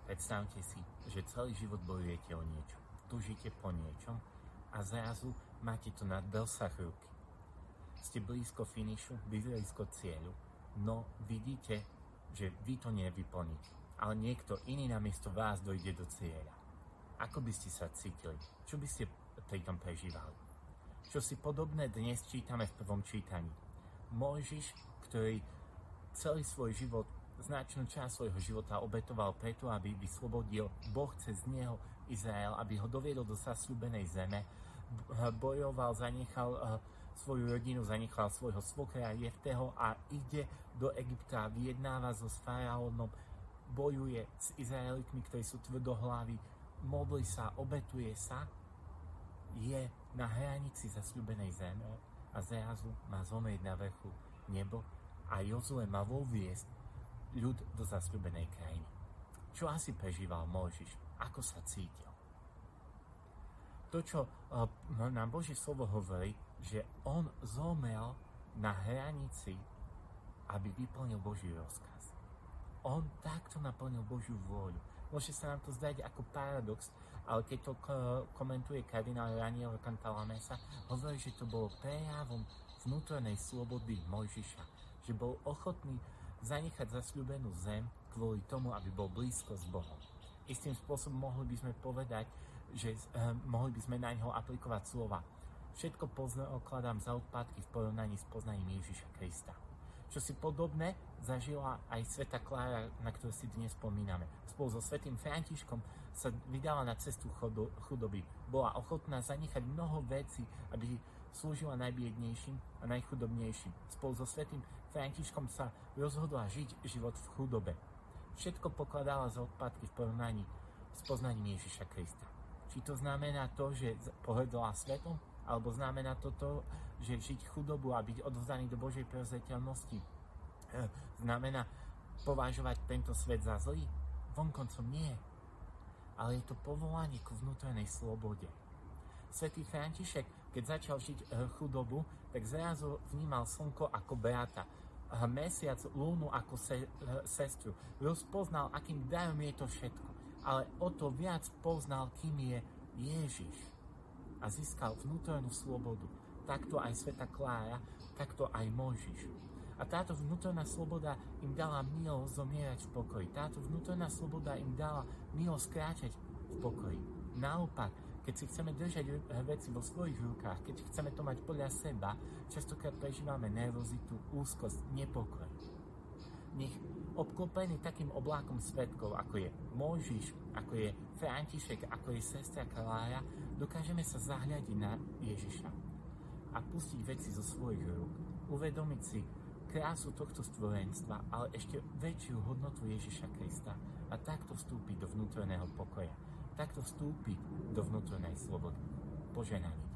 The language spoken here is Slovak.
Predstavte si, že celý život bojujete o niečo, túžite po niečom a zrazu máte to na dosah ruky. Ste blízko finišu, blízko cieľu, no vidíte, že vy to nevyplníte, ale niekto iný namiesto vás dojde do cieľa. Ako by ste sa cítili? Čo by ste pri tom prežívali? Čo si podobné dnes čítame v prvom čítaní. Mojžiš, ktorý celý svoj život, značnú časť svojho života obetoval preto, aby vyslobodil Boh cez neho Izrael, aby ho doviedol do zasľúbenej zeme, bojoval, zanechal svoju rodinu, zanechal svojho svokra Jefteho a ide do Egypta, vyjednáva so faraónom, bojuje s Izraelitmi, ktorí sú tvrdohlaví, modlí sa, obetuje sa, je na hranici zasľúbenej zeme a zrazu má zomrieť na vrchu nebo a Jozue má voviesť ľud do zasľúbenej krajiny. Čo asi prežíval Mojžiš? Ako sa cítil? To, čo nám Božie slovo hovorí, že on zomrel na hranici, aby vyplnil Boží rozkaz. On takto naplnil Božiu vôľu. Môže sa nám to zdať ako paradox, ale keď to komentuje kardinál Raniero Cantalamessa, hovorí, že to bolo prejavom vnútornej slobody Mojžiša, že bol ochotný zanechať zasľúbenú zem kvôli tomu, aby bol blízko s Bohom. Istým spôsobom mohli by sme povedať, že mohli by sme na ňo aplikovať slova. Všetko pokladám za odpadky v porovnaní s poznaním Ježiša Krista. Čo si podobné zažila aj svätá Klára, na ktorú si dnes spomíname. Spolu so svätým Františkom sa vydala na cestu chudoby. Bola ochotná zanechať mnoho vecí, aby slúžila najbiednejším a najchudobnejším. Spolu so svätým Františkom sa rozhodla žiť život v chudobe. Všetko pokladala za odpadky v porovnaní s poznaním Ježiša Krista. Či to znamená to, že pohrdla svetom? Alebo znamená to, že žiť chudobu a byť odovzdaný do Božej prevzateľnosti znamená považovať tento svet za zlý? Vonkoncom nie. Ale je to povolanie ku vnútornej slobode. Svätý František, keď začal žiť chudobu, tak zrazu vnímal slnko ako brata, mesiac, lúnu ako sestru. Rozpoznal, akým darom je to všetko. Ale o to viac poznal, kým je Ježiš. A získal vnútornú slobodu. Takto aj svätá Klára, takto aj Mojžiš. A táto vnútorná sloboda im dala milosť zomierať v pokoji. Táto vnútorná sloboda im dala milosť kráčať v pokoji. Naopak, keď si chceme držať veci vo svojich rukách, keď chceme to mať podľa seba, častokrát prežívame nervozitu, úzkosť, nepokoj. Nech obklopený takým oblákom svedkov, ako je Mojžiš, ako je František, ako je sestra Klára, dokážeme sa zahľadiť na Ježiša a pustiť veci zo svojich rúk, uvedomiť si krásu tohto stvorenstva, ale ešte väčšiu hodnotu Ježiša Krista a takto vstúpiť do vnútorného pokoja, takto vstúpiť do vnútornej slobody. Požehnanie.